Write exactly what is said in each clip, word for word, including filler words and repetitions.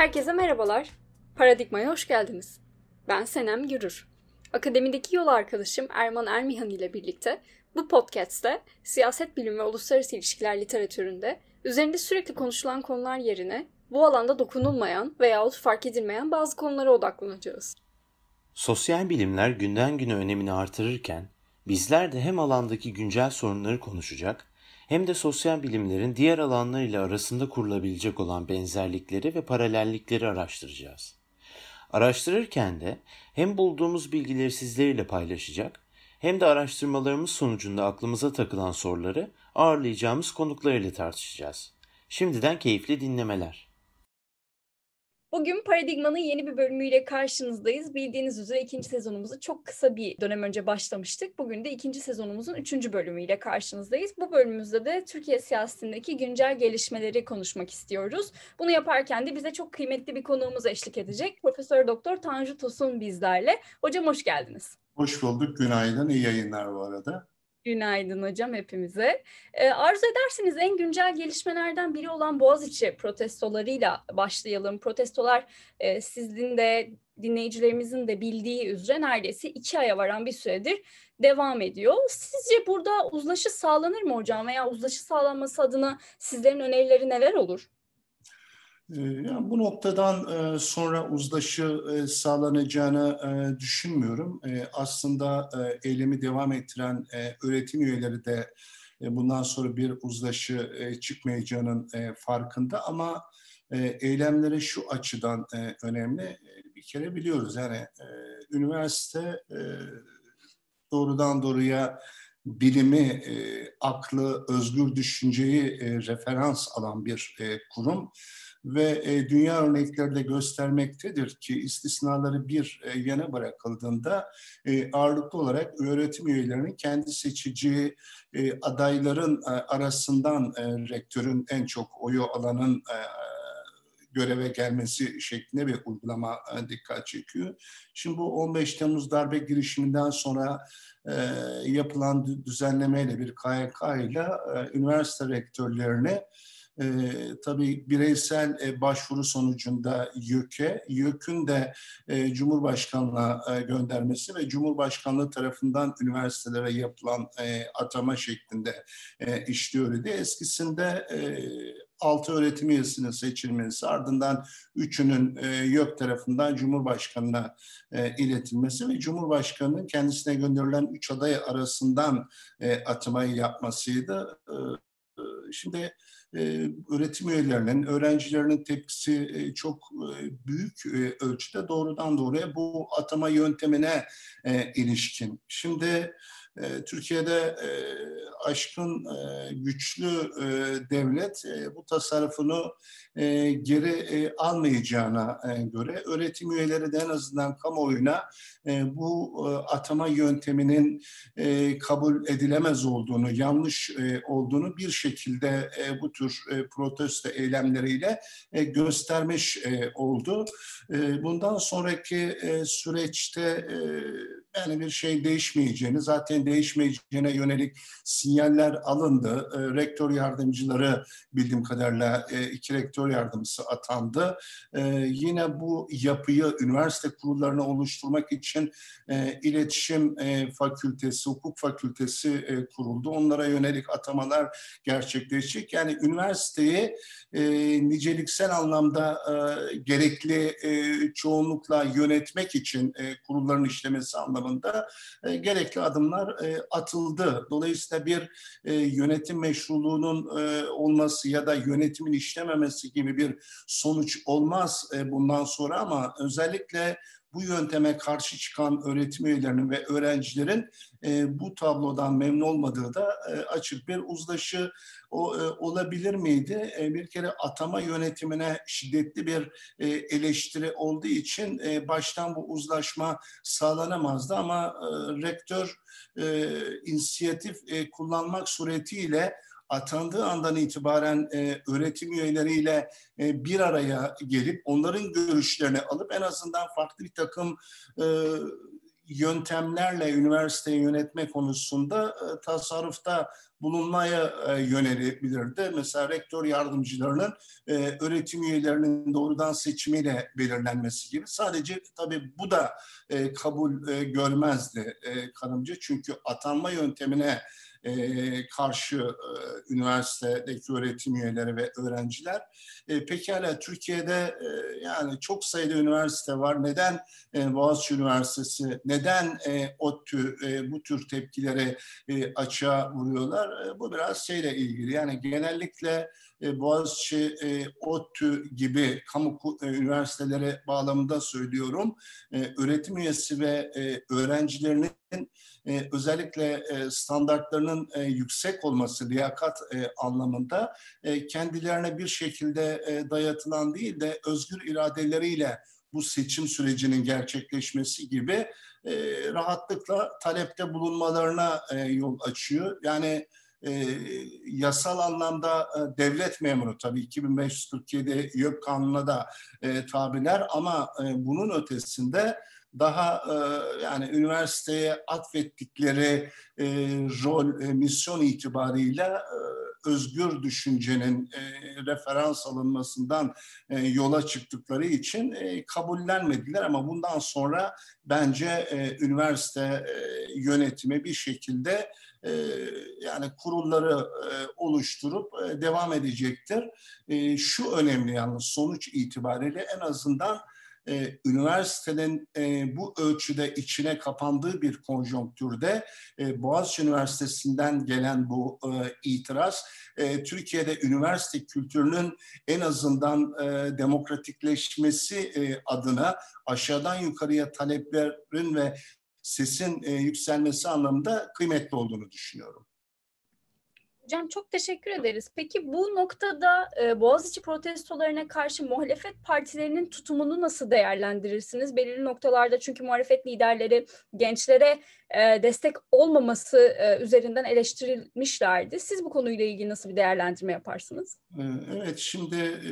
Herkese merhabalar. Paradigma'ya hoş geldiniz. Ben Senem Gürür. Akademideki yol arkadaşım Erman Ermihan ile birlikte bu podcast'te siyaset bilimi ve uluslararası ilişkiler literatüründe üzerinde sürekli konuşulan konular yerine bu alanda dokunulmayan veyahut fark edilmeyen bazı konulara odaklanacağız. Sosyal bilimler günden güne önemini artırırken bizler de hem alandaki güncel sorunları konuşacak hem de sosyal bilimlerin diğer alanlarıyla arasında kurulabilecek olan benzerlikleri ve paralellikleri araştıracağız. Araştırırken de hem bulduğumuz bilgileri sizlerle paylaşacak hem de araştırmalarımız sonucunda aklımıza takılan soruları ağırlayacağımız konuklar ile tartışacağız. Şimdiden keyifli dinlemeler. Bugün Paradigma'nın yeni bir bölümüyle karşınızdayız. Bildiğiniz üzere ikinci sezonumuzu çok kısa bir dönem önce başlamıştık. Bugün de ikinci sezonumuzun üçüncü bölümüyle karşınızdayız. Bu bölümümüzde de Türkiye siyasetindeki güncel gelişmeleri konuşmak istiyoruz. Bunu yaparken de bize çok kıymetli bir konuğumuz eşlik edecek. Profesör Doktor Tanju Tosun bizlerle. Hocam hoş geldiniz. Hoş bulduk, günaydın, iyi yayınlar bu arada. Günaydın hocam hepimize. Ee, arzu ederseniz en güncel gelişmelerden biri olan Boğaziçi protestolarıyla başlayalım. Protestolar e, sizin de dinleyicilerimizin de bildiği üzere neredeyse iki aya varan bir süredir devam ediyor. Sizce burada uzlaşı sağlanır mı hocam veya uzlaşı sağlanması adına sizlerin önerileri neler olur? Yani bu noktadan sonra uzlaşı sağlanacağını düşünmüyorum. Aslında eylemi devam ettiren öğretim üyeleri de bundan sonra bir uzlaşı çıkmayacağının farkında ama eylemleri şu açıdan önemli. Bir kere biliyoruz yani üniversite doğrudan doğruya bilimi, aklı, özgür düşünceyi referans alan bir kurum. Ve e, dünya örnekleri de göstermektedir ki istisnaları bir e, yana bırakıldığında e, ağırlıklı olarak öğretim üyelerinin kendi seçici e, adayların e, arasından e, rektörün en çok oyu alanın e, göreve gelmesi şeklinde bir uygulama e, dikkat çekiyor. Şimdi bu on beş Temmuz darbe girişiminden sonra e, yapılan düzenlemeyle bir K Y K ile e, üniversite rektörlerine E, tabii bireysel e, başvuru sonucunda YÖK'e, YÖK'ün de e, Cumhurbaşkanlığına e, göndermesi ve Cumhurbaşkanlığı tarafından üniversitelere yapılan e, atama şeklinde e, işliyordu. Eskisinde e, altı öğretim üyesinin seçilmesi, ardından üçünün e, YÖK tarafından Cumhurbaşkanı'na e, iletilmesi ve Cumhurbaşkanı'nın kendisine gönderilen üç aday arasından e, atamayı yapmasıydı. E, Şimdi e, öğretim üyelerinin, öğrencilerinin tepkisi e, çok e, büyük e, ölçüde doğrudan doğruya bu atama yöntemine e, ilişkin. Şimdi e, Türkiye'de e, aşkın e, güçlü e, devlet e, bu tasarrufunu e, geri e, almayacağına e, göre öğretim üyeleri de en azından kamuoyuna e, bu e, atama yönteminin e, kabul edilemez olduğunu, yanlış e, olduğunu bir şekilde e, bu tür e, protesto eylemleriyle e, göstermiş e, oldu. E, bundan sonraki e, süreçte e, yani bir şey değişmeyeceğini, zaten değişmeyeceğine yönelik sinyaller alındı. E, rektör yardımcıları bildiğim kadarıyla e, iki rektör yardımcısı atandı. E, yine bu yapıyı üniversite kurullarını oluşturmak için e, iletişim e, fakültesi, hukuk fakültesi e, kuruldu. Onlara yönelik atamalar gerçekleşecek. Yani üniversiteyi e, niceliksel anlamda e, gerekli e, çoğunlukla yönetmek için e, kurulların işlemesi anlamında e, gerekli adımlar e, atıldı. Dolayısıyla bir e, yönetim meşruluğunun e, olması ya da yönetimin işlememesi gibi bir sonuç olmaz e, bundan sonra ama özellikle bu yönteme karşı çıkan öğretim üyelerinin ve öğrencilerin e, bu tablodan memnun olmadığı da e, açık bir uzlaşı o, e, olabilir miydi? E, bir kere atama yönetimine şiddetli bir e, eleştiri olduğu için e, baştan bu uzlaşma sağlanamazdı ama e, rektör e, inisiyatif e, kullanmak suretiyle atandığı andan itibaren e, öğretim üyeleriyle e, bir araya gelip onların görüşlerini alıp en azından farklı bir takım e, yöntemlerle üniversiteyi yönetme konusunda e, tasarrufta bulunmaya e, yönelebilirdi. Mesela rektör yardımcılarının e, öğretim üyelerinin doğrudan seçimiyle belirlenmesi gibi. Sadece tabii bu da e, kabul e, görmezdi e, kanımca. Çünkü atanma yöntemine e, karşı e, üniversitedeki öğretim üyeleri ve öğrenciler. E, pekala Türkiye'de e, yani çok sayıda üniversite var. Neden e, Boğaziçi Üniversitesi, neden e, ODTÜ e, bu tür tepkileri e, açığa vuruyorlar? E, bu biraz şeyle ilgili. Yani genellikle e, Boğaziçi, e, ODTÜ gibi kamu e, üniversiteleri bağlamında söylüyorum. E, öğretim üyesi ve e, öğrencilerinin e, özellikle e, standartlarının e, yüksek olması, liyakat e, anlamında e, kendilerine bir şekilde e, dayatılan değil de özgür iradeleriyle bu seçim sürecinin gerçekleşmesi gibi e, rahatlıkla talepte bulunmalarına e, yol açıyor. Yani e, yasal anlamda e, devlet memuru tabii iki bin beş yüz kırk yedi YÖK Kanunu'na da e, tabiler ama e, bunun ötesinde daha e, yani üniversiteye atfettikleri e, rol, e, misyon itibarıyla e, özgür düşüncenin e, referans alınmasından e, yola çıktıkları için e, kabullenmediler ama bundan sonra bence e, üniversite e, yönetimi bir şekilde e, yani kurulları e, oluşturup e, devam edecektir. E, şu önemli yalnız sonuç itibariyle en azından Ee, üniversitenin e, bu ölçüde içine kapandığı bir konjonktürde e, Boğaziçi Üniversitesi'nden gelen bu e, itiraz e, Türkiye'de üniversite kültürünün en azından e, demokratikleşmesi e, adına aşağıdan yukarıya taleplerin ve sesin e, yükselmesi anlamında kıymetli olduğunu düşünüyorum. Hocam çok teşekkür ederiz. Peki bu noktada e, Boğaziçi protestolarına karşı muhalefet partilerinin tutumunu nasıl değerlendirirsiniz? Belirli noktalarda çünkü muhalefet liderleri gençlere e, destek olmaması e, üzerinden eleştirilmişlerdi. Siz bu konuyla ilgili nasıl bir değerlendirme yaparsınız? Evet, şimdi e,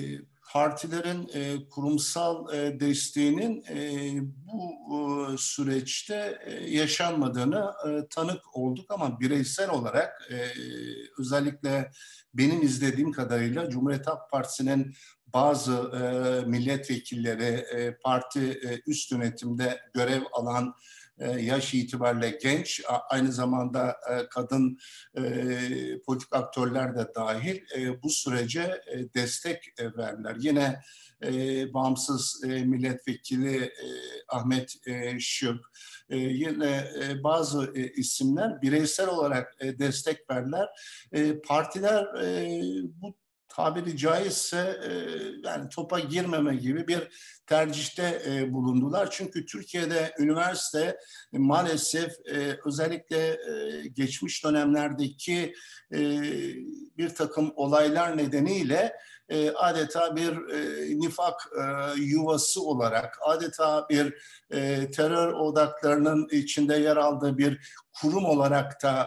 partilerin e, kurumsal e, desteğinin e, bu e, süreçte e, yaşanmadığını e, tanık olduk ama bireysel olarak e, özellikle benim izlediğim kadarıyla Cumhuriyet Halk Partisi'nin bazı e, milletvekilleri, e, parti e, üst yönetimde görev alan yaş itibariyle genç, aynı zamanda kadın politik aktörler de dahil bu sürece destek verdiler. Yine bağımsız milletvekili Ahmet Şık, yine bazı isimler bireysel olarak destek verdiler. Partiler bu tabiri caizse yani topa girmeme gibi bir tercihte bulundular. Çünkü Türkiye'de üniversite maalesef özellikle geçmiş dönemlerdeki bir takım olaylar nedeniyle adeta bir nifak yuvası olarak, adeta bir terör odaklarının içinde yer aldığı bir kurum olarak da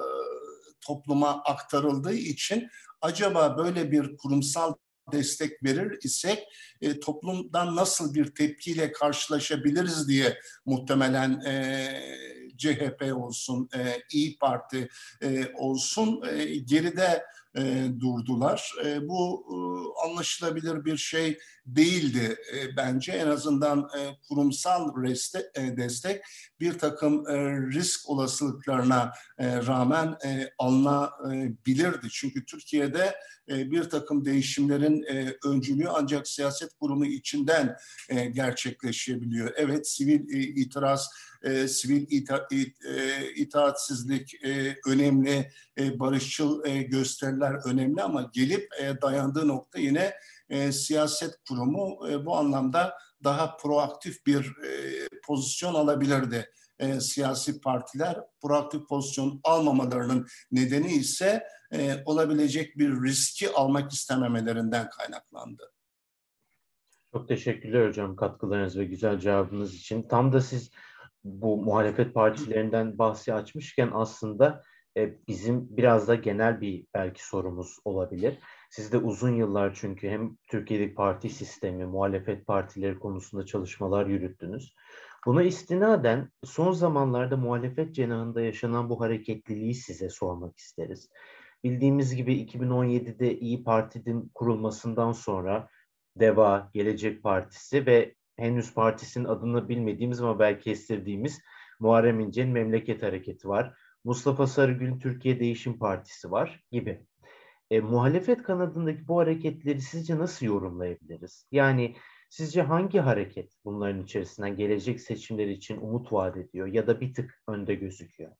topluma aktarıldığı için acaba böyle bir kurumsal destek verir isek e, toplumdan nasıl bir tepkiyle karşılaşabiliriz diye muhtemelen e, C H P olsun, e, İYİ Parti e, olsun e, geride e, durdular. E, bu e, anlaşılabilir bir şey değildi e, bence. En azından e, kurumsal reste, e, destek bir takım e, risk olasılıklarına e, rağmen e, alınabilirdi. Çünkü Türkiye'de e, bir takım değişimlerin e, öncülüğü ancak siyaset kurumu içinden e, gerçekleşebiliyor. Evet, sivil e, itiraz, e, sivil ita, it, e, itaatsizlik e, önemli, e, barışçıl e, gösteriler önemli ama gelip e, dayandığı nokta yine e, siyaset kurumu e, bu anlamda daha proaktif bir e, pozisyon alabilirdi. E, siyasi partiler proaktif pozisyon almamalarının nedeni ise e, olabilecek bir riski almak istememelerinden kaynaklandı. Çok teşekkürler hocam katkılarınız ve güzel cevabınız için. Tam da siz bu muhalefet partilerinden bahsi açmışken aslında e, bizim biraz da genel bir belki sorumuz olabilir. Siz de uzun yıllar çünkü hem Türkiye'deki parti sistemi, muhalefet partileri konusunda çalışmalar yürüttünüz. Buna istinaden son zamanlarda muhalefet cenahında yaşanan bu hareketliliği size sormak isteriz. Bildiğimiz gibi iki bin on yedide İyi Parti'nin kurulmasından sonra DEVA, Gelecek Partisi ve henüz partisinin adını bilmediğimiz ama belki kestirdiğimiz Muharrem İnce'nin Memleket Hareketi var. Mustafa Sarıgül'ün Türkiye Değişim Partisi var gibi. E, muhalefet kanadındaki bu hareketleri sizce nasıl yorumlayabiliriz? Yani sizce hangi hareket bunların içerisinden gelecek seçimler için umut vaat ediyor ya da bir tık önde gözüküyor?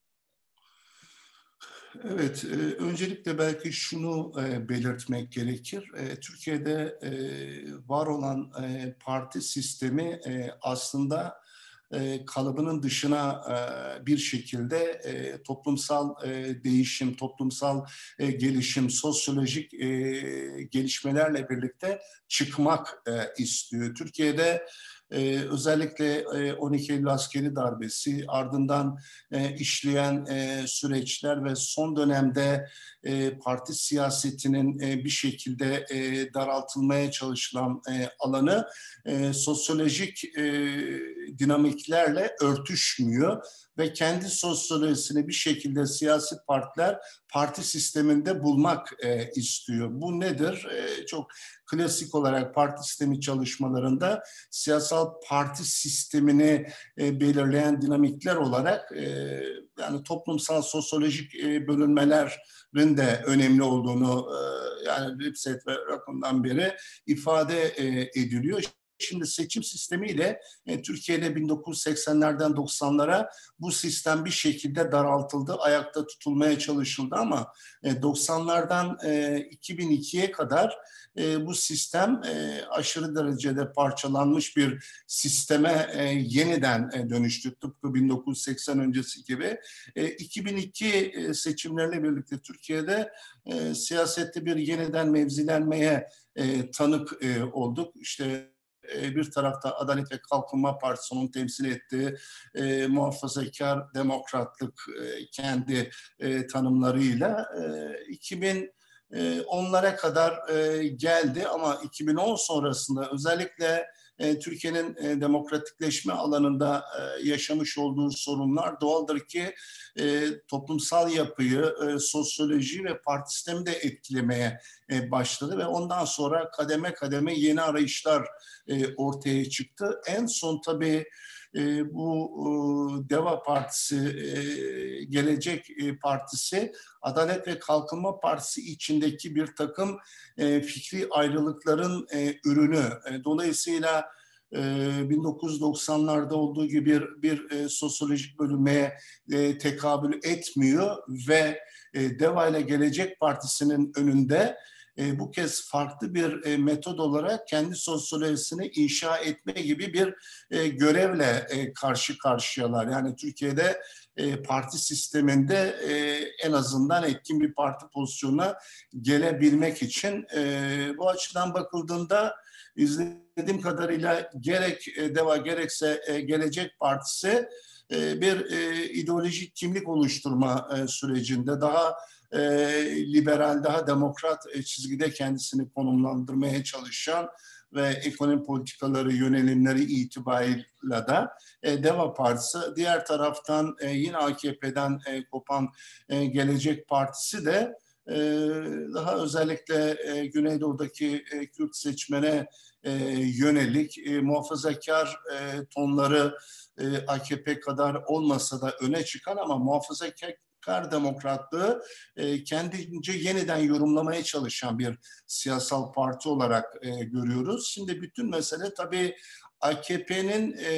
Evet, e, öncelikle belki şunu e, belirtmek gerekir. E, Türkiye'de e, var olan e, parti sistemi e, aslında e, kalıbının dışına e, bir şekilde e, toplumsal e, değişim, toplumsal e, gelişim, sosyolojik e, gelişmelerle birlikte çıkmak e, istiyor. Türkiye'de Ee, özellikle e, on iki Eylül askeri darbesi, ardından e, işleyen e, süreçler ve son dönemde e, parti siyasetinin e, bir şekilde e, daraltılmaya çalışılan e, alanı e, sosyolojik e, dinamiklerle örtüşmüyor ve kendi sosyolojisini bir şekilde siyasi partiler parti sisteminde bulmak e, istiyor. Bu nedir? E, çok klasik olarak parti sistemi çalışmalarında siyasal parti sistemini e, belirleyen dinamikler olarak e, yani toplumsal sosyolojik e, bölünmelerin de önemli olduğunu e, yani Lipset ve Rakun'dan beri ifade e, ediliyor. Şimdi seçim sistemiyle e, Türkiye'de bin dokuz yüz seksenlerden doksanlara bu sistem bir şekilde daraltıldı, ayakta tutulmaya çalışıldı ama e, doksanlardan e, iki bin ikiye kadar e, bu sistem e, aşırı derecede parçalanmış bir sisteme e, yeniden e, dönüştü. Tıpkı bin dokuz yüz seksen öncesi gibi. E, iki bin iki e, seçimlerle birlikte Türkiye'de e, siyasette bir yeniden mevzilenmeye e, tanık e, olduk. İşte bir tarafta Adalet ve Kalkınma Partisi'nin temsil ettiği e, muhafazakar demokratlık e, kendi e, tanımlarıyla e, iki bin onlara kadar e, geldi ama iki bin on sonrasında özellikle e, Türkiye'nin e, demokratikleşme alanında e, yaşamış olduğu sorunlar doğaldır ki e, toplumsal yapıyı, e, sosyolojiyi ve parti sistemi de etkilemeye e, başladı ve ondan sonra kademe kademe yeni arayışlar e, ortaya çıktı. En son tabii e, bu e, DEVA Partisi, e, Gelecek e, Partisi, Adalet ve Kalkınma Partisi içindeki bir takım e, fikri ayrılıkların e, ürünü. E, dolayısıyla e, bin dokuz yüz doksanlarda olduğu gibi bir, bir e, sosyolojik bölünmeye e, tekabül etmiyor ve e, DEVA ile Gelecek Partisi'nin önünde e, bu kez farklı bir e, metod olarak kendi sosyolojisini inşa etme gibi bir e, görevle e, karşı karşıyalar. Yani Türkiye'de e, parti sisteminde e, en azından etkin bir parti pozisyonuna gelebilmek için e, bu açıdan bakıldığında izlediğim kadarıyla gerek e, DEVA gerekse e, Gelecek Partisi e, bir e, ideolojik kimlik oluşturma e, sürecinde daha e, liberal, daha demokrat e, çizgide kendisini konumlandırmaya çalışan ve ekonomi politikaları, yönelimleri itibariyle da e, DEVA Partisi, diğer taraftan e, yine A K P'den e, kopan e, Gelecek Partisi de e, daha özellikle e, Güneydoğu'daki e, Kürt seçmene e, yönelik e, muhafazakar e, tonları e, A K P kadar olmasa da öne çıkan ama muhafazakar demokratlığı e, kendince yeniden yorumlamaya çalışan bir siyasal parti olarak e, görüyoruz. Şimdi bütün mesele tabii A K P'nin e,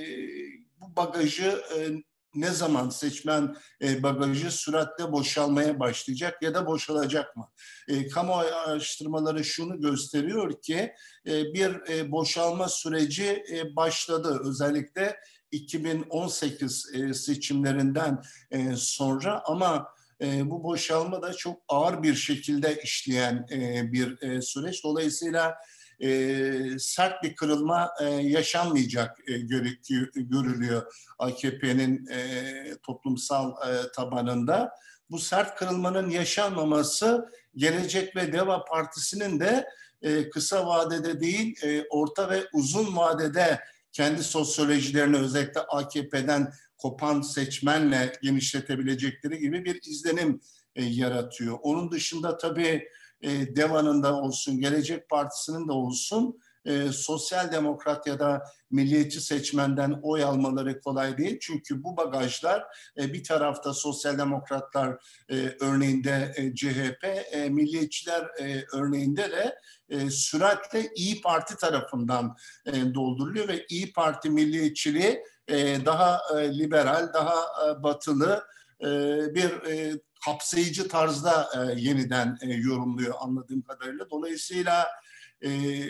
bu bagajı e, ne zaman seçmen e, bagajı süratle boşalmaya başlayacak ya da boşalacak mı? E, kamuoyu araştırmaları şunu gösteriyor ki e, bir e, boşalma süreci e, başladı. Özellikle iki bin on sekiz e, seçimlerinden e, sonra ama e, bu boşalma da çok ağır bir şekilde işleyen e, bir e, süreç. Dolayısıyla e, sert bir kırılma e, yaşanmayacak e, görülüyor A K P'nin e, toplumsal e, tabanında. Bu sert kırılmanın yaşanmaması Gelecek ve DEVA Partisi'nin de e, kısa vadede değil e, orta ve uzun vadede kendi sosyolojilerini özellikle A K P'den kopan seçmenle genişletebilecekleri gibi bir izlenim e, yaratıyor. Onun dışında tabii e, DEVA'nın da olsun, Gelecek Partisi'nin de olsun e, sosyal demokrat ya da milliyetçi seçmenden oy almaları kolay değil. Çünkü bu bagajlar e, bir tarafta sosyal demokratlar e, örneğinde e, C H P, e, milliyetçiler e, örneğinde de e, süratle İyi Parti tarafından e, dolduruluyor ve İyi Parti milliyetçiliği e, daha e, liberal, daha e, batılı e, bir e, kapsayıcı tarzda e, yeniden e, yorumluyor anladığım kadarıyla. Dolayısıyla e,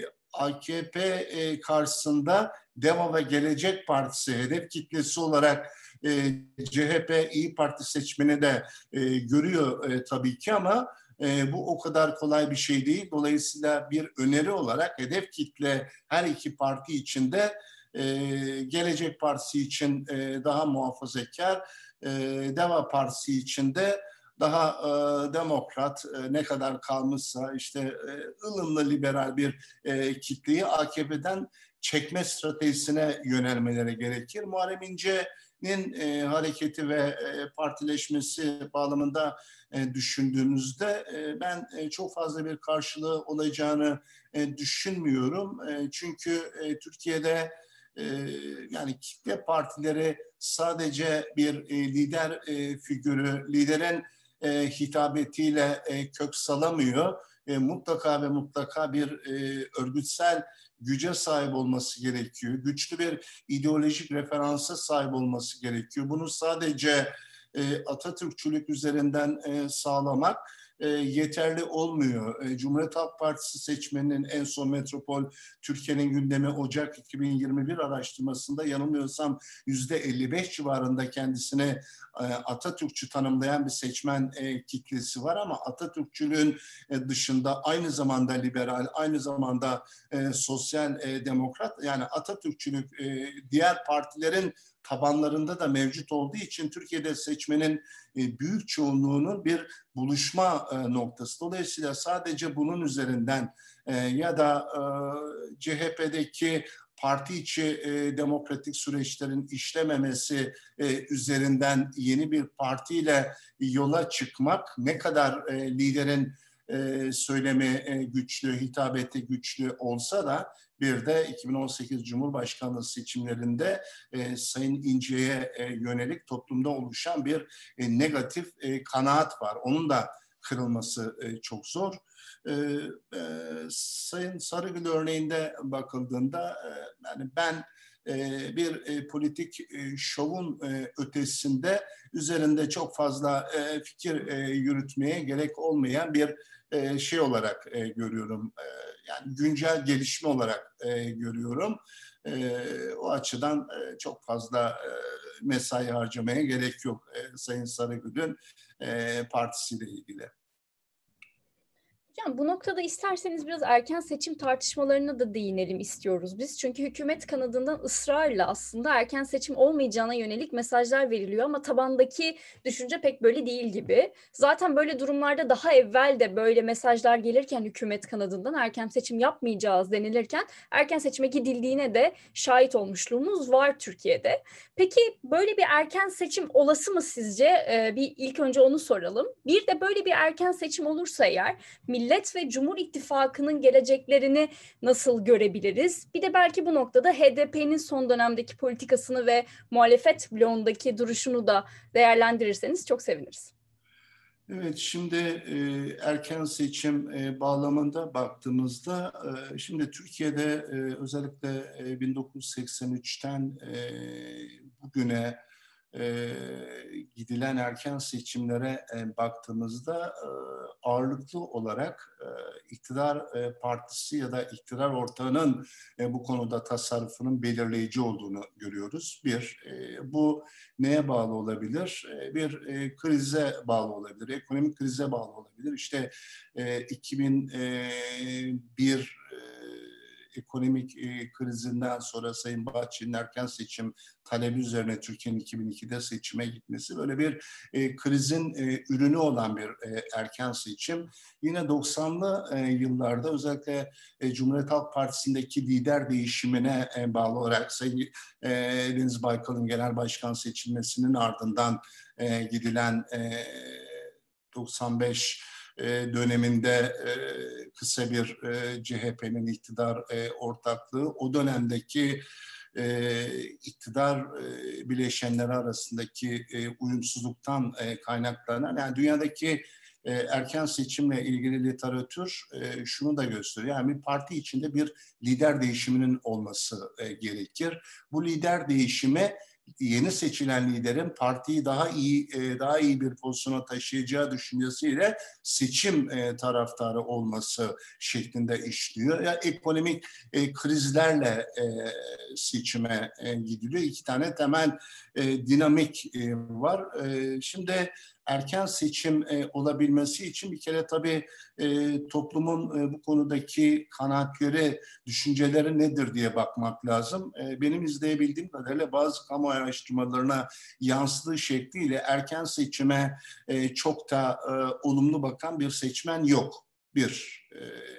A K P e, karşısında DEVA ve Gelecek Partisi hedef kitlesi olarak e, C H P, İyi Parti seçmeni de e, görüyor e, tabii ki ama e, bu o kadar kolay bir şey değil. Dolayısıyla bir öneri olarak hedef kitle her iki parti içinde e, Gelecek Partisi için e, daha muhafazakar, e, DEVA Partisi için de daha e, demokrat, e, ne kadar kalmışsa işte e, ılımlı liberal bir e, kitleyi A K P'den çekme stratejisine yönelmeleri gerekir. Muharrem İnce'nin e, hareketi ve e, partileşmesi bağlamında e, düşündüğümüzde e, ben e, çok fazla bir karşılığı olacağını e, düşünmüyorum. E, çünkü e, Türkiye'de e, yani kitle partileri sadece bir e, lider e, figürü, liderin e, hitabetiyle e, kök salamıyor. E, mutlaka ve mutlaka bir e, örgütsel güce sahip olması gerekiyor. Güçlü bir ideolojik referansa sahip olması gerekiyor. Bunu sadece e, Atatürkçülük üzerinden e, sağlamak e, yeterli olmuyor. E, Cumhuriyet Halk Partisi seçmeninin en son Metropol Türkiye'nin gündemi Ocak iki bin yirmi bir araştırmasında yanılmıyorsam yüzde elli beş civarında kendisine e, Atatürkçü tanımlayan bir seçmen e, kitlesi var ama Atatürkçülüğün e, dışında aynı zamanda liberal, aynı zamanda e, sosyal e, demokrat yani Atatürkçülük e, diğer partilerin tabanlarında da mevcut olduğu için Türkiye'de seçmenin e, büyük çoğunluğunun bir buluşma e, noktası. Dolayısıyla sadece bunun üzerinden e, ya da e, C H P'deki parti içi e, demokratik süreçlerin işlememesi e, üzerinden yeni bir partiyle yola çıkmak ne kadar e, liderin e, söylemi e, güçlü, hitabeti güçlü olsa da bir de iki bin on sekiz Cumhurbaşkanlığı seçimlerinde e, Sayın İnce'ye e, yönelik toplumda oluşan bir e, negatif e, kanaat var. Onun da kırılması e, çok zor. E, e, Sayın Sarıgül örneğinde bakıldığında e, yani ben e, bir e, politik e, şovun e, ötesinde üzerinde çok fazla e, fikir e, yürütmeye gerek olmayan bir e, şey olarak e, görüyorum. E, yani güncel gelişme olarak e, görüyorum. E, o açıdan e, çok fazla e, mesai harcamaya gerek yok e, Sayın Sarıgül'ün e, partisiyle ilgili. Hocam bu noktada isterseniz biraz erken seçim tartışmalarına da değinelim istiyoruz biz. Çünkü hükümet kanadından ısrarla aslında erken seçim olmayacağına yönelik mesajlar veriliyor ama tabandaki düşünce pek böyle değil gibi. Zaten böyle durumlarda daha evvel de böyle mesajlar gelirken hükümet kanadından erken seçim yapmayacağız denilirken erken seçime gidildiğine de şahit olmuşluğumuz var Türkiye'de. Peki böyle bir erken seçim olası mı sizce? Ee, bir ilk önce onu soralım. Bir de böyle bir erken seçim olursa eğer Millet ve Cumhur İttifakı'nın geleceklerini nasıl görebiliriz? Bir de belki bu noktada H D P'nin son dönemdeki politikasını ve muhalefet bloğundaki duruşunu da değerlendirirseniz çok seviniriz. Evet, şimdi e, erken seçim e, bağlamında baktığımızda, e, şimdi Türkiye'de e, özellikle e, bin dokuz yüz seksen üçten e, bugüne e, gidilen erken seçimlere e, baktığımızda e, ağırlıklı olarak e, iktidar e, partisi ya da iktidar ortağının e, bu konuda tasarrufunun belirleyici olduğunu görüyoruz. Bir, e, bu neye bağlı olabilir? E, bir e, krize bağlı olabilir, ekonomik krize bağlı olabilir. İşte e, iki bin bir e, ekonomik e, krizinden sonra Sayın Bahçeli'nin erken seçim talebi üzerine Türkiye'nin iki bin ikide seçime gitmesi böyle bir e, krizin e, ürünü olan bir e, erken seçim. Yine doksanlı e, yıllarda özellikle e, Cumhuriyet Halk Partisi'ndeki lider değişimine e, bağlı olarak Sayın e, Deniz Baykal'ın genel başkan seçilmesinin ardından e, gidilen e, doksan beş e, döneminde e, kısa bir e, C H P'nin iktidar e, ortaklığı, o dönemdeki e, iktidar e, bileşenleri arasındaki e, uyumsuzluktan e, kaynaklanan, yani dünyadaki e, erken seçimle ilgili literatür e, şunu da gösteriyor. Yani bir parti içinde bir lider değişiminin olması e, gerekir. Bu lider değişimi yeni seçilen liderin partiyi daha iyi daha iyi bir pozisyona taşıyacağı düşüncesiyle seçim taraftarı olması şeklinde işliyor. Ya ekonomik krizlerle seçime gidiliyor. İki tane temel dinamik var. Şimdi erken seçim e, olabilmesi için bir kere tabii e, toplumun e, bu konudaki kanaatleri, düşünceleri nedir diye bakmak lazım. E, benim izleyebildiğim kadarıyla bazı kamu araştırmalarına yansıdığı şekliyle erken seçime e, çok da e, olumlu bakan bir seçmen yok. Bir, e,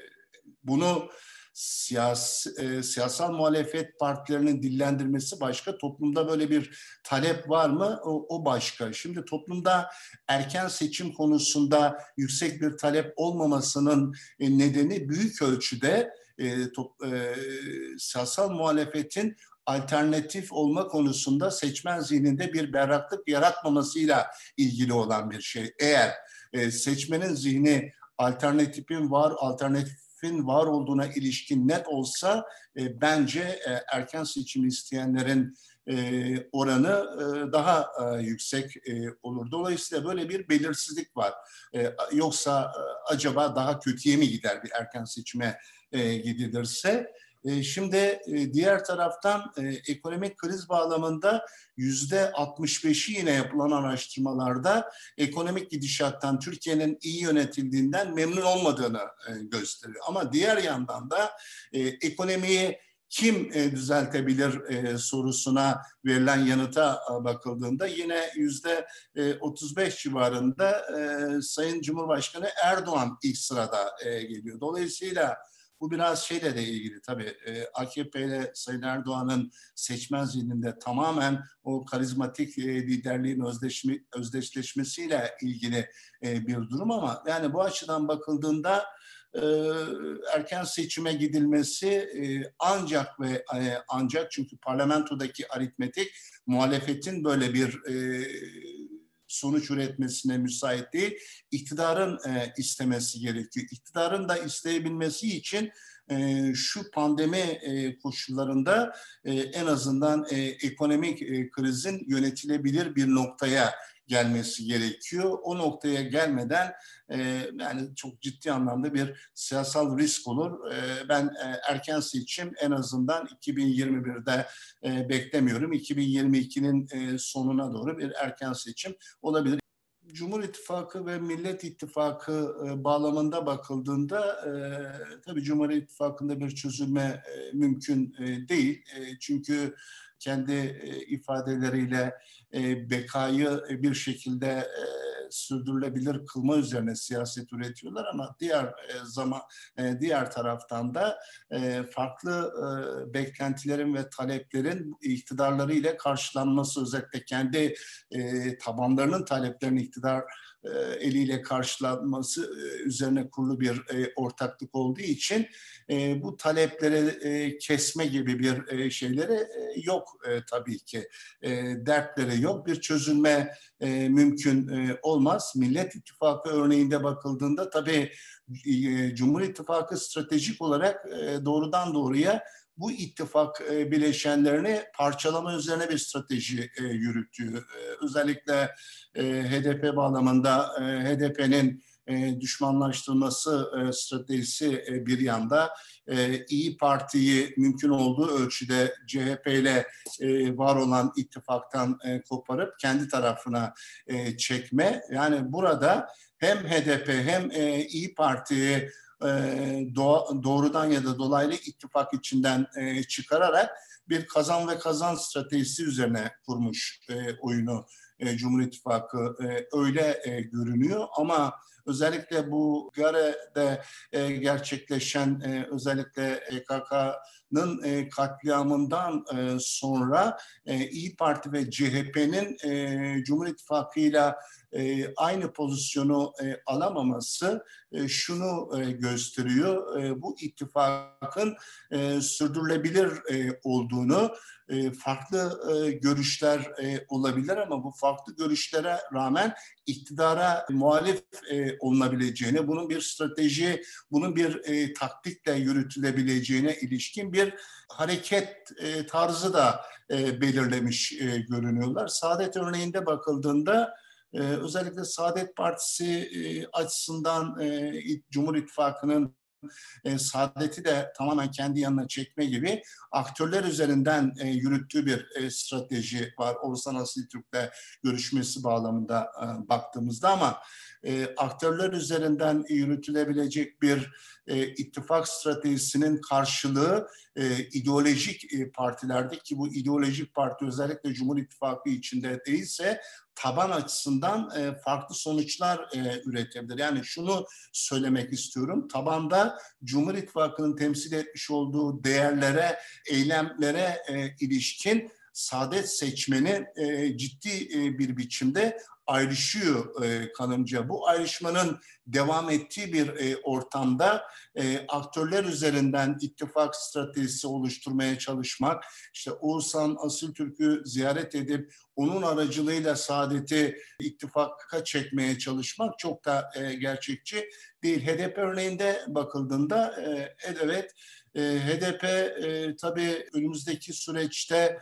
bunu Siyasi, e, siyasal muhalefet partilerinin dillendirmesi başka, toplumda böyle bir talep var mı? O, o başka. Şimdi toplumda erken seçim konusunda yüksek bir talep olmamasının e, nedeni büyük ölçüde e, top, e, siyasal muhalefetin alternatif olma konusunda seçmen zihninde bir berraklık yaratmamasıyla ilgili olan bir şey. Eğer e, seçmenin zihni alternatifin var, alternatif var olduğuna ilişkin net olsa e, bence e, erken seçim isteyenlerin e, oranı e, daha e, yüksek e, olur. Dolayısıyla böyle bir belirsizlik var. E, yoksa e, acaba daha kötüye mi gider bir erken seçime e, gidilirse? E, şimdi e, diğer taraftan e, ekonomik kriz bağlamında yüzde altmış beşi yine yapılan araştırmalarda ekonomik gidişattan, Türkiye'nin iyi yönetildiğinden memnun olmadığını e, gösteriyor. Ama diğer yandan da e, ekonomiyi kim e, düzeltebilir e, sorusuna verilen yanıta e, bakıldığında yine yüzde otuz beş civarında e, Sayın Cumhurbaşkanı Erdoğan ilk sırada e, geliyor. Dolayısıyla bu biraz şeyle de ilgili tabii. E, A K P ile Sayın Erdoğan'ın seçmen zihninde tamamen o karizmatik e, liderliğin özdeşme, özdeşleşmesiyle ilgili e, bir durum, ama yani bu açıdan bakıldığında e, erken seçime gidilmesi e, ancak ve e, ancak çünkü parlamentodaki aritmetik muhalefetin böyle bir e, sonuç üretmesine müsait değil. İktidarın e, istemesi gerekiyor. İktidarın da isteyebilmesi için e, şu pandemi e, koşullarında e, en azından e, ekonomik e, krizin yönetilebilir bir noktaya gelmesi gerekiyor. O noktaya gelmeden e, yani çok ciddi anlamda bir siyasal risk olur. E, ben e, erken seçim en azından iki bin yirmi birde e, beklemiyorum. iki bin yirmi ikinin e, sonuna doğru bir erken seçim olabilir. Cumhur İttifakı ve Millet İttifakı e, bağlamında bakıldığında e, tabii Cumhur İttifakı'nda bir çözülme e, mümkün e, değil. E, çünkü kendi e, ifadeleriyle e, bekayı e, bir şekilde e, sürdürülebilir kılma üzerine siyaset üretiyorlar, ama diğer e, zaman e, diğer taraftan da e, farklı e, beklentilerin ve taleplerin iktidarları ile karşılanması, özellikle kendi e, tabanlarının taleplerini iktidar e, eliyle karşılanması e, üzerine kurulu bir e, ortaklık olduğu için e, bu talepleri e, kesme gibi bir e, şeyleri e, yok e, tabii ki. E, dertleri yok. Bir çözülme e, mümkün e, olmaz. Millet İttifakı örneğinde bakıldığında tabii e, Cumhur İttifakı stratejik olarak e, doğrudan doğruya bu ittifak e, bileşenlerini parçalama üzerine bir strateji e, yürüttü. E, özellikle e, H D P bağlamında e, H D P'nin e, düşmanlaştırması e, stratejisi e, bir yanda, e, İyi Parti'yi mümkün olduğu ölçüde C H P ile e, var olan ittifaktan e, koparıp kendi tarafına e, çekme. Yani burada hem H D P hem e, İyi Parti'yi doğrudan ya da dolaylı ittifak içinden çıkararak bir kazan ve kazan stratejisi üzerine kurmuş oyunu Cumhur İttifakı, öyle görünüyor ama özellikle bu Gare'de gerçekleşen özellikle P K K'nın katliamından sonra İyi Parti ve C H P'nin Cumhur İttifakı'yla aynı pozisyonu alamaması şunu gösteriyor. Bu ittifakın sürdürülebilir olduğunu, farklı görüşler olabilir ama bu farklı görüşlere rağmen iktidara muhalif olunabileceğine, bunun bir strateji, bunun bir taktikle yürütülebileceğine ilişkin bir hareket tarzı da belirlemiş görünüyorlar. Saadet örneğinde bakıldığında özellikle Saadet Partisi açısından Cumhur İttifakı'nın Saadet'i de tamamen kendi yanına çekme gibi aktörler üzerinden yürüttüğü bir strateji var. Oğuzhan Asiltürk'le görüşmesi bağlamında baktığımızda ama aktörler üzerinden yürütülebilecek bir ittifak stratejisinin karşılığı ideolojik partilerde, ki bu ideolojik parti özellikle Cumhur İttifakı içinde değilse taban açısından farklı sonuçlar üretebilir. Yani şunu söylemek istiyorum. Tabanda Cumhur İttifakı'nın temsil etmiş olduğu değerlere, eylemlere ilişkin Saadet seçmeni ciddi bir biçimde ayrışıyor kanımca. Bu ayrışmanın devam ettiği bir ortamda aktörler üzerinden ittifak stratejisi oluşturmaya çalışmak, işte Oğuzhan Asiltürk'ü ziyaret edip onun aracılığıyla Saadet'i ittifaka çekmeye çalışmak çok da gerçekçi değil. H D P örneğinde bakıldığında evet, H D P tabii önümüzdeki süreçte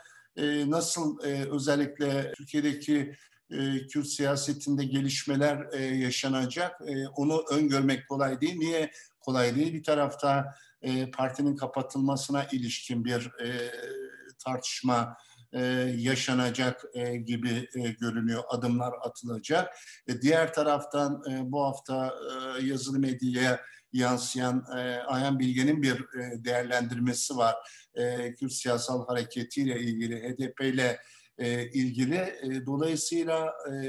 nasıl özellikle Türkiye'deki Kürt siyasetinde gelişmeler yaşanacak, onu öngörmek kolay değil. Niye kolay değil? Bir tarafta partinin kapatılmasına ilişkin bir tartışma yaşanacak gibi görünüyor, adımlar atılacak. Diğer taraftan bu hafta yazılı medyaya yansıyan Ayhan Bilge'nin bir değerlendirmesi var. Kürt siyasal hareketiyle ilgili, H D P ile ilgili. Dolayısıyla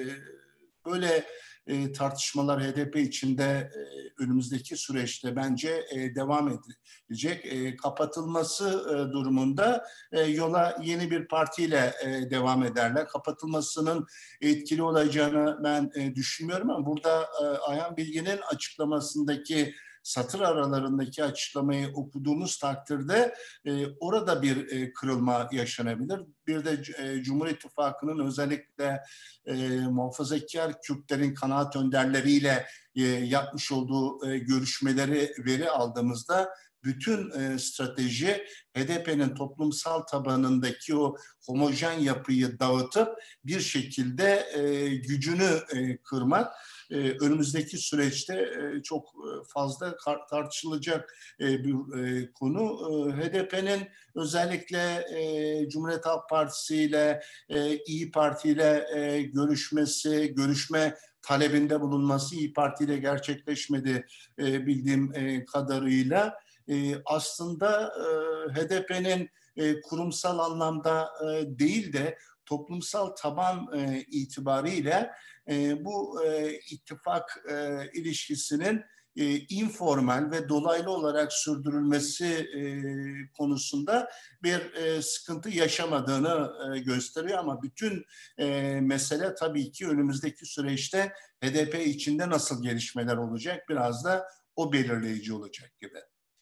böyle tartışmalar H D P içinde önümüzdeki süreçte bence devam edecek. Kapatılması durumunda yola yeni bir partiyle devam ederler. Kapatılmasının etkili olacağını ben düşünmüyorum ama burada Ayhan Bilgin'in açıklamasındaki satır aralarındaki açıklamayı okuduğumuz takdirde e, orada bir e, kırılma yaşanabilir. Bir de e, Cumhur İttifakı'nın özellikle e, muhafazakar Kürtlerin kanaat önderleriyle e, yapmış olduğu e, görüşmeleri veri aldığımızda bütün e, strateji H D P'nin toplumsal tabanındaki o homojen yapıyı dağıtıp bir şekilde e, gücünü e, kırmak. Ee, önümüzdeki süreçte e, çok fazla tartışılacak e, bir e, konu. E, H D P'nin özellikle e, Cumhuriyet Halk Partisi ile e, İyi Parti ile e, görüşmesi, görüşme talebinde bulunması İyi Parti ile gerçekleşmedi e, bildiğim e, kadarıyla. E, aslında e, H D P'nin e, kurumsal anlamda e, değil de toplumsal taban e, itibariyle e, bu e, ittifak e, ilişkisinin e, informal ve dolaylı olarak sürdürülmesi e, konusunda bir e, sıkıntı yaşamadığını e, gösteriyor ama bütün e, mesele tabii ki önümüzdeki süreçte H D P içinde nasıl gelişmeler olacak, biraz da o belirleyici olacak gibi.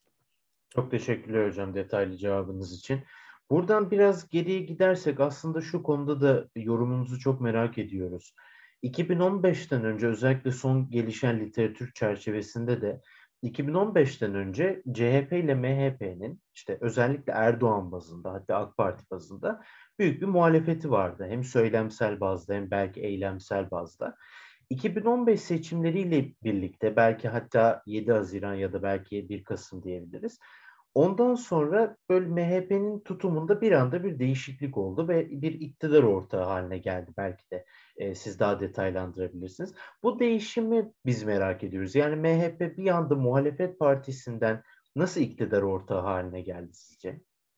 Çok teşekkürler hocam detaylı cevabınız için. Buradan biraz geriye gidersek aslında şu konuda da yorumunuzu çok merak ediyoruz. iki bin on beşten önce özellikle son gelişen literatür çerçevesinde de iki bin on beşten önce C H P ile M H P'nin işte özellikle Erdoğan bazında hatta AK Parti bazında büyük bir muhalefeti vardı. Hem söylemsel bazda hem belki eylemsel bazda. iki bin on beş seçimleriyle birlikte belki hatta yedi Haziran ya da belki bir Kasım diyebiliriz. Ondan sonra böyle M H P'nin tutumunda bir anda bir değişiklik oldu ve bir iktidar ortağı haline geldi belki de e, siz daha detaylandırabilirsiniz. Bu değişimi biz merak ediyoruz. Yani M H P bir anda muhalefet partisinden nasıl iktidar ortağı haline geldi sizce?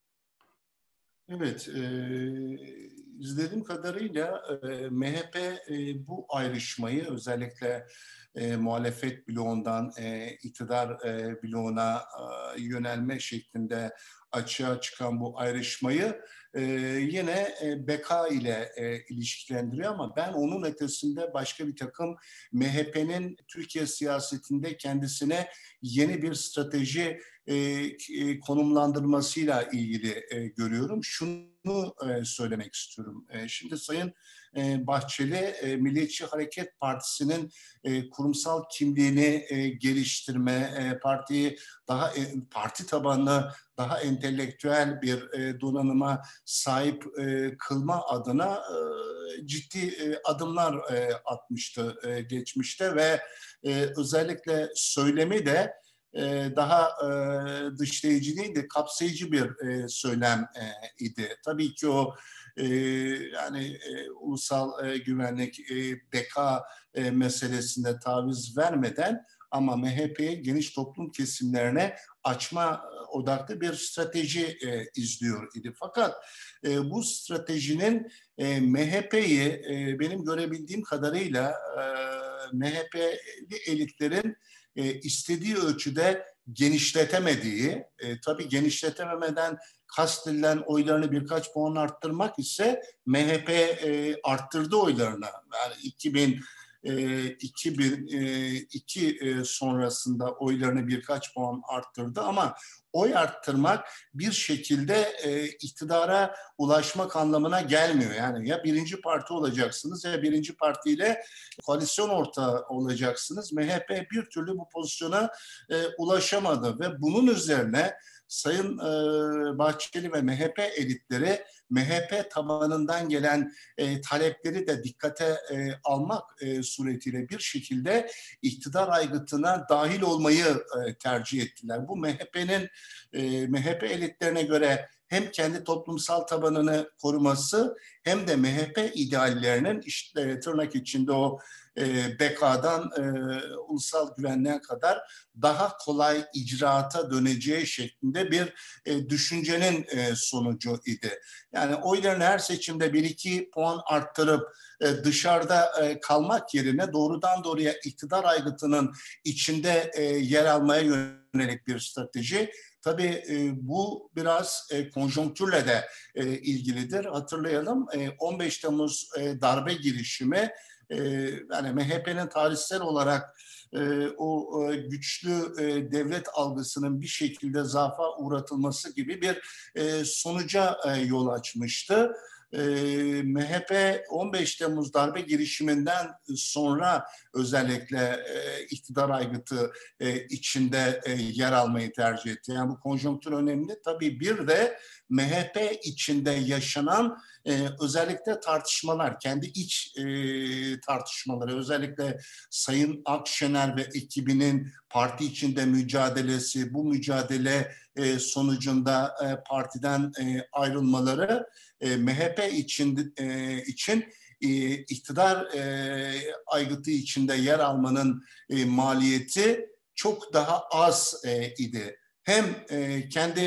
Evet, e, izlediğim kadarıyla e, M H P e, bu ayrışmayı özellikle e, muhalefet bloğundan e, iktidar e, bloğuna e, yönelme şeklinde açığa çıkan bu ayrışmayı e, yine e, beka ile e, ilişkilendiriyor ama ben onun ötesinde başka bir takım M H P'nin Türkiye siyasetinde kendisine yeni bir strateji e, e, konumlandırmasıyla ilgili e, görüyorum. Şunu e, söylemek istiyorum. E, şimdi Sayın e, Bahçeli e, Milliyetçi Hareket Partisi'nin e, kurumsal kimliğini e, geliştirme, e, partiyi daha e, parti tabanlı, daha entelektüel bir e, donanıma sahip e, kılma adına e, ciddi e, adımlar e, atmıştı e, geçmişte ve e, özellikle söylemi de daha e, dışlayıcı değil de kapsayıcı bir e, söylem e, idi. Tabii ki o e, yani e, ulusal e, güvenlik e, beka e, meselesinde taviz vermeden ama M H P'ye geniş toplum kesimlerine açma odaklı bir strateji e, izliyor idi. Fakat e, bu stratejinin e, M H P'yi e, benim görebildiğim kadarıyla e, M H P'li elitlerin e, istediği ölçüde genişletemediği, e, tabii genişletememeden kastedilen oylarını birkaç puan arttırmak ise M H P e, arttırdı oylarını. Yani iki bin iki bin iki sonrasında oylarını birkaç puan arttırdı ama oy arttırmak bir şekilde e, iktidara ulaşmak anlamına gelmiyor. Yani ya birinci parti olacaksınız ya birinci partiyle koalisyon ortağı olacaksınız. M H P bir türlü bu pozisyona e, ulaşamadı ve bunun üzerine Sayın e, Bahçeli ve M H P elitleri M H P tabanından gelen e, talepleri de dikkate e, almak e, suretiyle bir şekilde iktidar aygıtına dahil olmayı e, tercih ettiler. Bu M H P'nin e, M H P elitlerine göre hem kendi toplumsal tabanını koruması hem de M H P ideallerinin işte tırnak içinde o e, bekadan e, ulusal güvenliğe kadar daha kolay icraata döneceği şeklinde bir e, düşüncenin e, sonucu idi. Yani oylarını her seçimde bir iki puan arttırıp e, dışarıda e, kalmak yerine doğrudan doğruya iktidar aygıtının içinde e, yer almaya yönelik bir strateji. Tabii e, bu biraz e, konjonktürle de e, ilgilidir. Hatırlayalım e, on beş Temmuz e, darbe girişimi e, yani M H P'nin tarihsel olarak e, o e, güçlü e, devlet algısının bir şekilde zaafa uğratılması gibi bir e, sonuca e, yol açmıştı. E, M H P on beş Temmuz darbe girişiminden sonra özellikle e, iktidar aygıtı e, içinde e, yer almayı tercih etti. Yani bu konjonktür önemli. Tabii bir de M H P içinde yaşanan e, özellikle tartışmalar, kendi iç e, tartışmaları, özellikle Sayın Akşener ve ekibinin parti içinde mücadelesi, bu mücadele e, sonucunda e, partiden e, ayrılmaları e, M H P için, e, için e, iktidar e, aygıtı içinde yer almanın e, maliyeti çok daha az e, idi. Hem e, kendi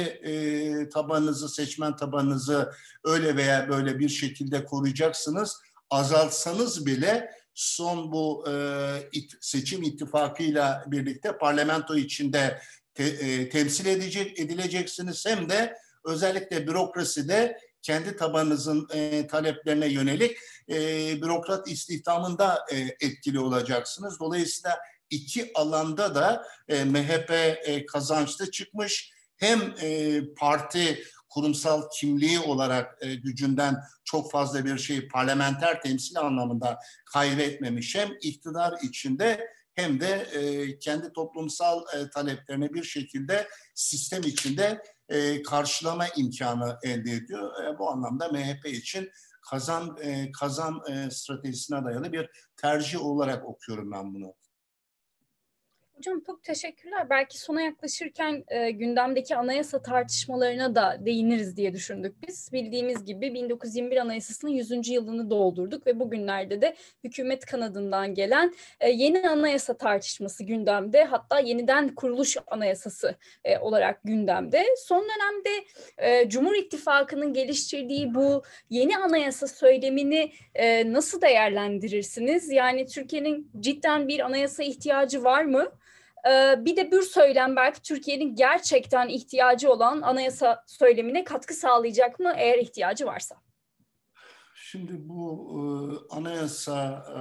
e, tabanınızı, seçmen tabanınızı öyle veya böyle bir şekilde koruyacaksınız. Azaltsanız bile son bu e, it, seçim ittifakıyla birlikte parlamento içinde te, e, temsil edecek, edileceksiniz. Hem de özellikle bürokraside kendi tabanınızın e, taleplerine yönelik e, bürokrat istihdamında e, etkili olacaksınız. Dolayısıyla iki alanda da e, M H P e, kazançlı çıkmış. Hem e, parti kurumsal kimliği olarak e, gücünden çok fazla bir şey parlamenter temsil anlamında kaybetmemiş. Hem iktidar içinde hem de e, kendi toplumsal e, taleplerini bir şekilde sistem içinde e, karşılama imkanı elde ediyor. E, bu anlamda M H P için kazan e, kazan e, stratejisine dayalı bir tercih olarak okuyorum ben bunu. Hocam çok teşekkürler. Belki sona yaklaşırken e, gündemdeki anayasa tartışmalarına da değiniriz diye düşündük biz. Bildiğimiz gibi bin dokuz yüz yirmi bir Anayasası'nın yüzüncü yılını doldurduk ve bugünlerde de hükümet kanadından gelen e, yeni anayasa tartışması gündemde. Hatta yeniden kuruluş anayasası e, olarak gündemde. Son dönemde e, Cumhur İttifakı'nın geliştirdiği bu yeni anayasa söylemini e, nasıl değerlendirirsiniz? Yani Türkiye'nin cidden bir anayasa ihtiyacı var mı? Ee, bir de bir söylem belki Türkiye'nin gerçekten ihtiyacı olan anayasa söylemine katkı sağlayacak mı eğer ihtiyacı varsa? Şimdi bu e, anayasa e,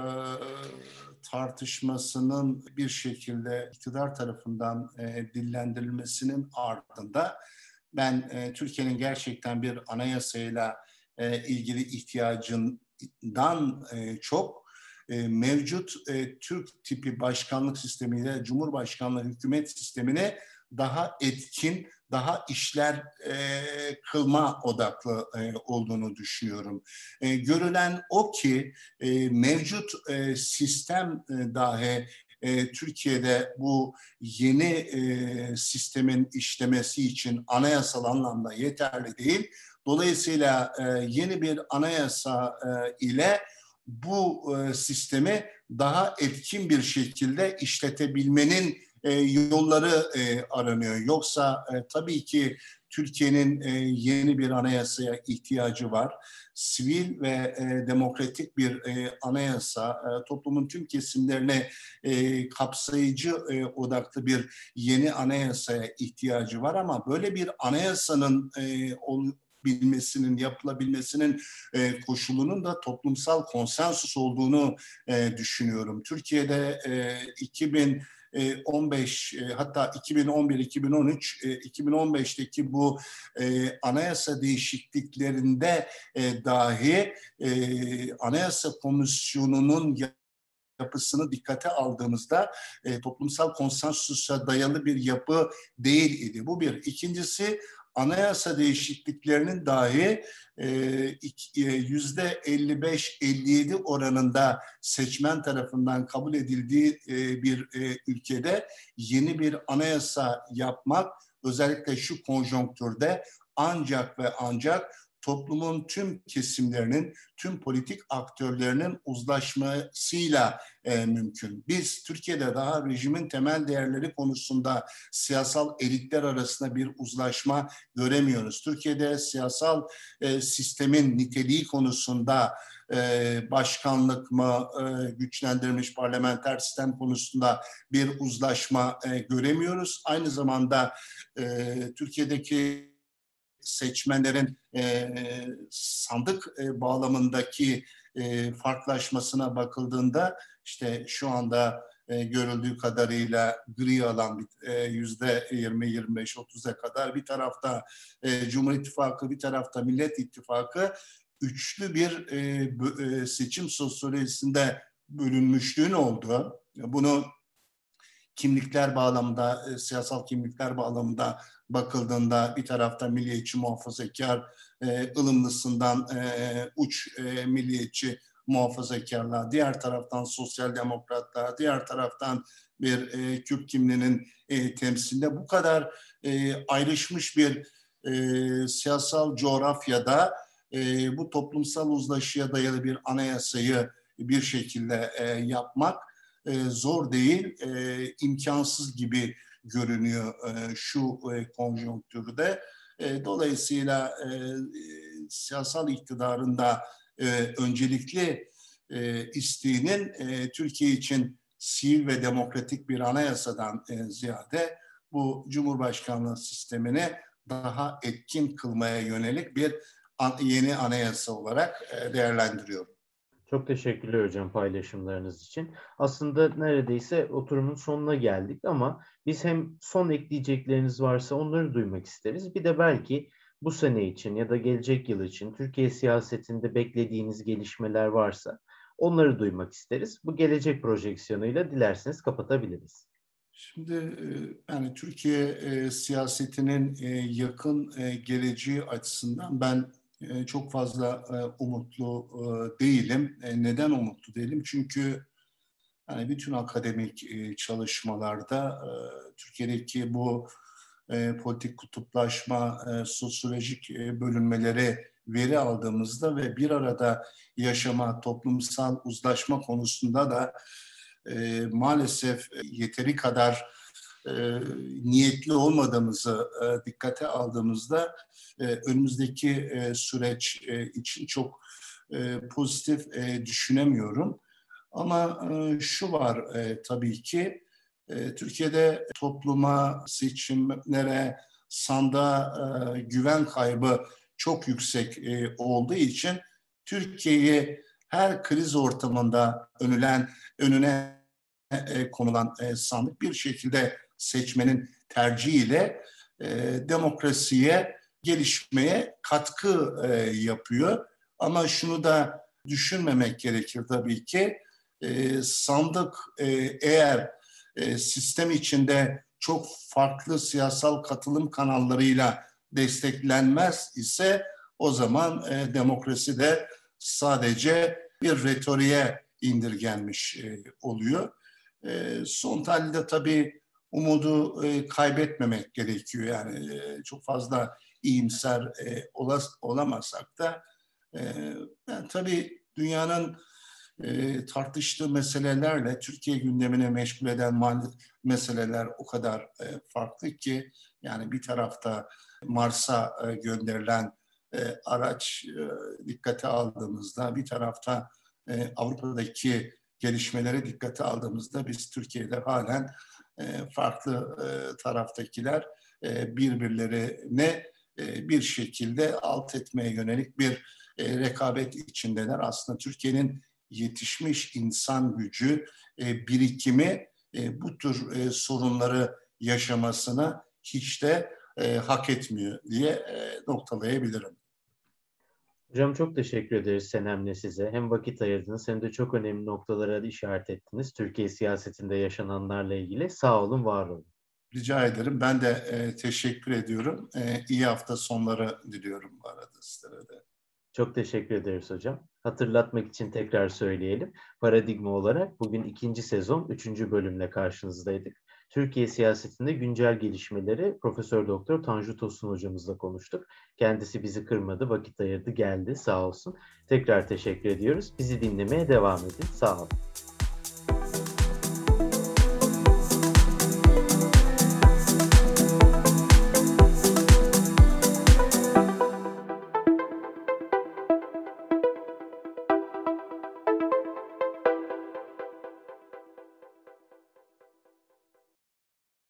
tartışmasının bir şekilde iktidar tarafından e, dillendirilmesinin ardında ben e, Türkiye'nin gerçekten bir anayasayla e, ilgili ihtiyacından e, çok e, mevcut e, Türk tipi başkanlık sistemiyle Cumhurbaşkanlığı hükümet sistemini daha etkin, daha işler e, kılma odaklı e, olduğunu düşünüyorum. E, görülen o ki e, mevcut e, sistem e, dahi e, Türkiye'de bu yeni e, sistemin işlemesi için anayasal anlamda yeterli değil. Dolayısıyla e, yeni bir anayasa e, ile bu e, sistemi daha etkin bir şekilde işletebilmenin e, yolları e, aranıyor. Yoksa e, tabii ki Türkiye'nin e, yeni bir anayasaya ihtiyacı var. Sivil ve e, demokratik bir e, anayasa, e, toplumun tüm kesimlerine e, kapsayıcı e, odaklı bir yeni anayasaya ihtiyacı var ama böyle bir anayasanın e, ol, bilmesinin, yapılabilmesinin e, koşulunun da toplumsal konsensus olduğunu e, düşünüyorum. Türkiye'de e, iki bin on beş e, hatta iki bin on bir iki bin on üç e, iki bin on beşteki bu e, anayasa değişikliklerinde e, dahi e, Anayasa Komisyonu'nun yapısını dikkate aldığımızda e, toplumsal konsensusa dayalı bir yapı değil idi. Bu bir. İkincisi anayasa değişikliklerinin dahi yüzde elli beş elli yedi oranında seçmen tarafından kabul edildiği e, bir e, ülkede yeni bir anayasa yapmak özellikle şu konjonktürde ancak ve ancak toplumun tüm kesimlerinin, tüm politik aktörlerinin uzlaşmasıyla e, mümkün. Biz Türkiye'de daha rejimin temel değerleri konusunda siyasal elitler arasında bir uzlaşma göremiyoruz. Türkiye'de siyasal e, sistemin niteliği konusunda e, başkanlık mı, e, güçlendirilmiş parlamenter sistem konusunda bir uzlaşma e, göremiyoruz. Aynı zamanda e, Türkiye'deki seçmenlerin e, sandık e, bağlamındaki e, farklılaşmasına bakıldığında işte şu anda e, görüldüğü kadarıyla gri alan yüzde yirmi yirmi beş otuza kadar bir tarafta e, Cumhur İttifakı bir tarafta Millet İttifakı üçlü bir e, seçim sosyolojisinde bölünmüşlüğün olduğu bunu kimlikler bağlamında, e, siyasal kimlikler bağlamında bakıldığında bir tarafta milliyetçi muhafazakar e, ılımlısından e, uç e, milliyetçi muhafazakarlar, diğer taraftan sosyal demokratlar, diğer taraftan bir e, Kürt kimliğinin e, temsilinde bu kadar e, ayrışmış bir e, siyasal coğrafyada e, bu toplumsal uzlaşıya dayalı bir anayasayı bir şekilde e, yapmak e, zor değil, e, imkansız gibi görünüyor e, şu e, konjonktürde. E, dolayısıyla e, siyasal iktidarın da e, öncelikli e, isteğinin e, Türkiye için sivil ve demokratik bir anayasadan e, ziyade bu Cumhurbaşkanlığı sistemini daha etkin kılmaya yönelik bir an, yeni anayasa olarak e, değerlendiriyorum. Çok teşekkürler hocam paylaşımlarınız için. Aslında neredeyse oturumun sonuna geldik ama biz hem son ekleyecekleriniz varsa onları duymak isteriz. Bir de belki bu sene için ya da gelecek yıl için Türkiye siyasetinde beklediğiniz gelişmeler varsa onları duymak isteriz. Bu gelecek projeksiyonuyla dilerseniz kapatabiliriz. Şimdi yani Türkiye e, siyasetinin e, yakın e, geleceği açısından ben e, çok fazla e, umutlu e, değilim. E, neden umutlu değilim? Çünkü Yani bütün akademik e, çalışmalarda e, Türkiye'deki bu e, politik kutuplaşma, e, sosyolojik e, bölünmeleri veri aldığımızda ve bir arada yaşama, toplumsal uzlaşma konusunda da e, maalesef yeteri kadar e, niyetli olmadığımızı e, dikkate aldığımızda e, önümüzdeki e, süreç e, için çok e, pozitif e, düşünemiyorum. Ama e, şu var e, tabii ki, e, Türkiye'de topluma, seçimlere, sandığa e, güven kaybı çok yüksek e, olduğu için Türkiye'yi her kriz ortamında önülen, önüne e, konulan e, sandık bir şekilde seçmenin tercihiyle e, demokrasiye, gelişmeye katkı e, yapıyor. Ama şunu da düşünmemek gerekir tabii ki. E, sandık e, eğer e, sistem içinde çok farklı siyasal katılım kanallarıyla desteklenmez ise o zaman e, demokrasi de sadece bir retoriğe indirgenmiş e, oluyor. E, son tahlilde tabii umudu e, kaybetmemek gerekiyor. Yani e, çok fazla iyimser e, olas, olamasak da e, yani tabii dünyanın e, tartıştığı meselelerle Türkiye gündemine meşgul eden meseleler o kadar e, farklı ki, yani bir tarafta Mars'a e, gönderilen e, araç e, dikkate aldığımızda, bir tarafta e, Avrupa'daki gelişmelere dikkate aldığımızda biz Türkiye'de halen e, farklı e, taraftakiler e, birbirlerine e, bir şekilde alt etmeye yönelik bir e, rekabet içindeler. Aslında Türkiye'nin yetişmiş insan gücü, e, birikimi e, bu tür e, sorunları yaşamasını hiç de e, hak etmiyor diye e, noktalayabilirim. Hocam çok teşekkür ederiz Senem'le size. Hem vakit ayırdınız hem de çok önemli noktalara işaret ettiniz. Türkiye siyasetinde yaşananlarla ilgili. Sağ olun, var olun. Rica ederim. Ben de e, teşekkür ediyorum. E, iyi hafta sonları diliyorum bu arada sizlere de. Çok teşekkür ederiz hocam. Hatırlatmak için tekrar söyleyelim. Paradigma olarak bugün ikinci sezon üçüncü bölümle karşınızdaydık. Türkiye siyasetinde güncel gelişmeleri Profesör Doktor Tanju Tosun hocamızla konuştuk. Kendisi bizi kırmadı, vakit ayırdı, geldi, sağ olsun. Tekrar teşekkür ediyoruz. Bizi dinlemeye devam edin. Sağ olun.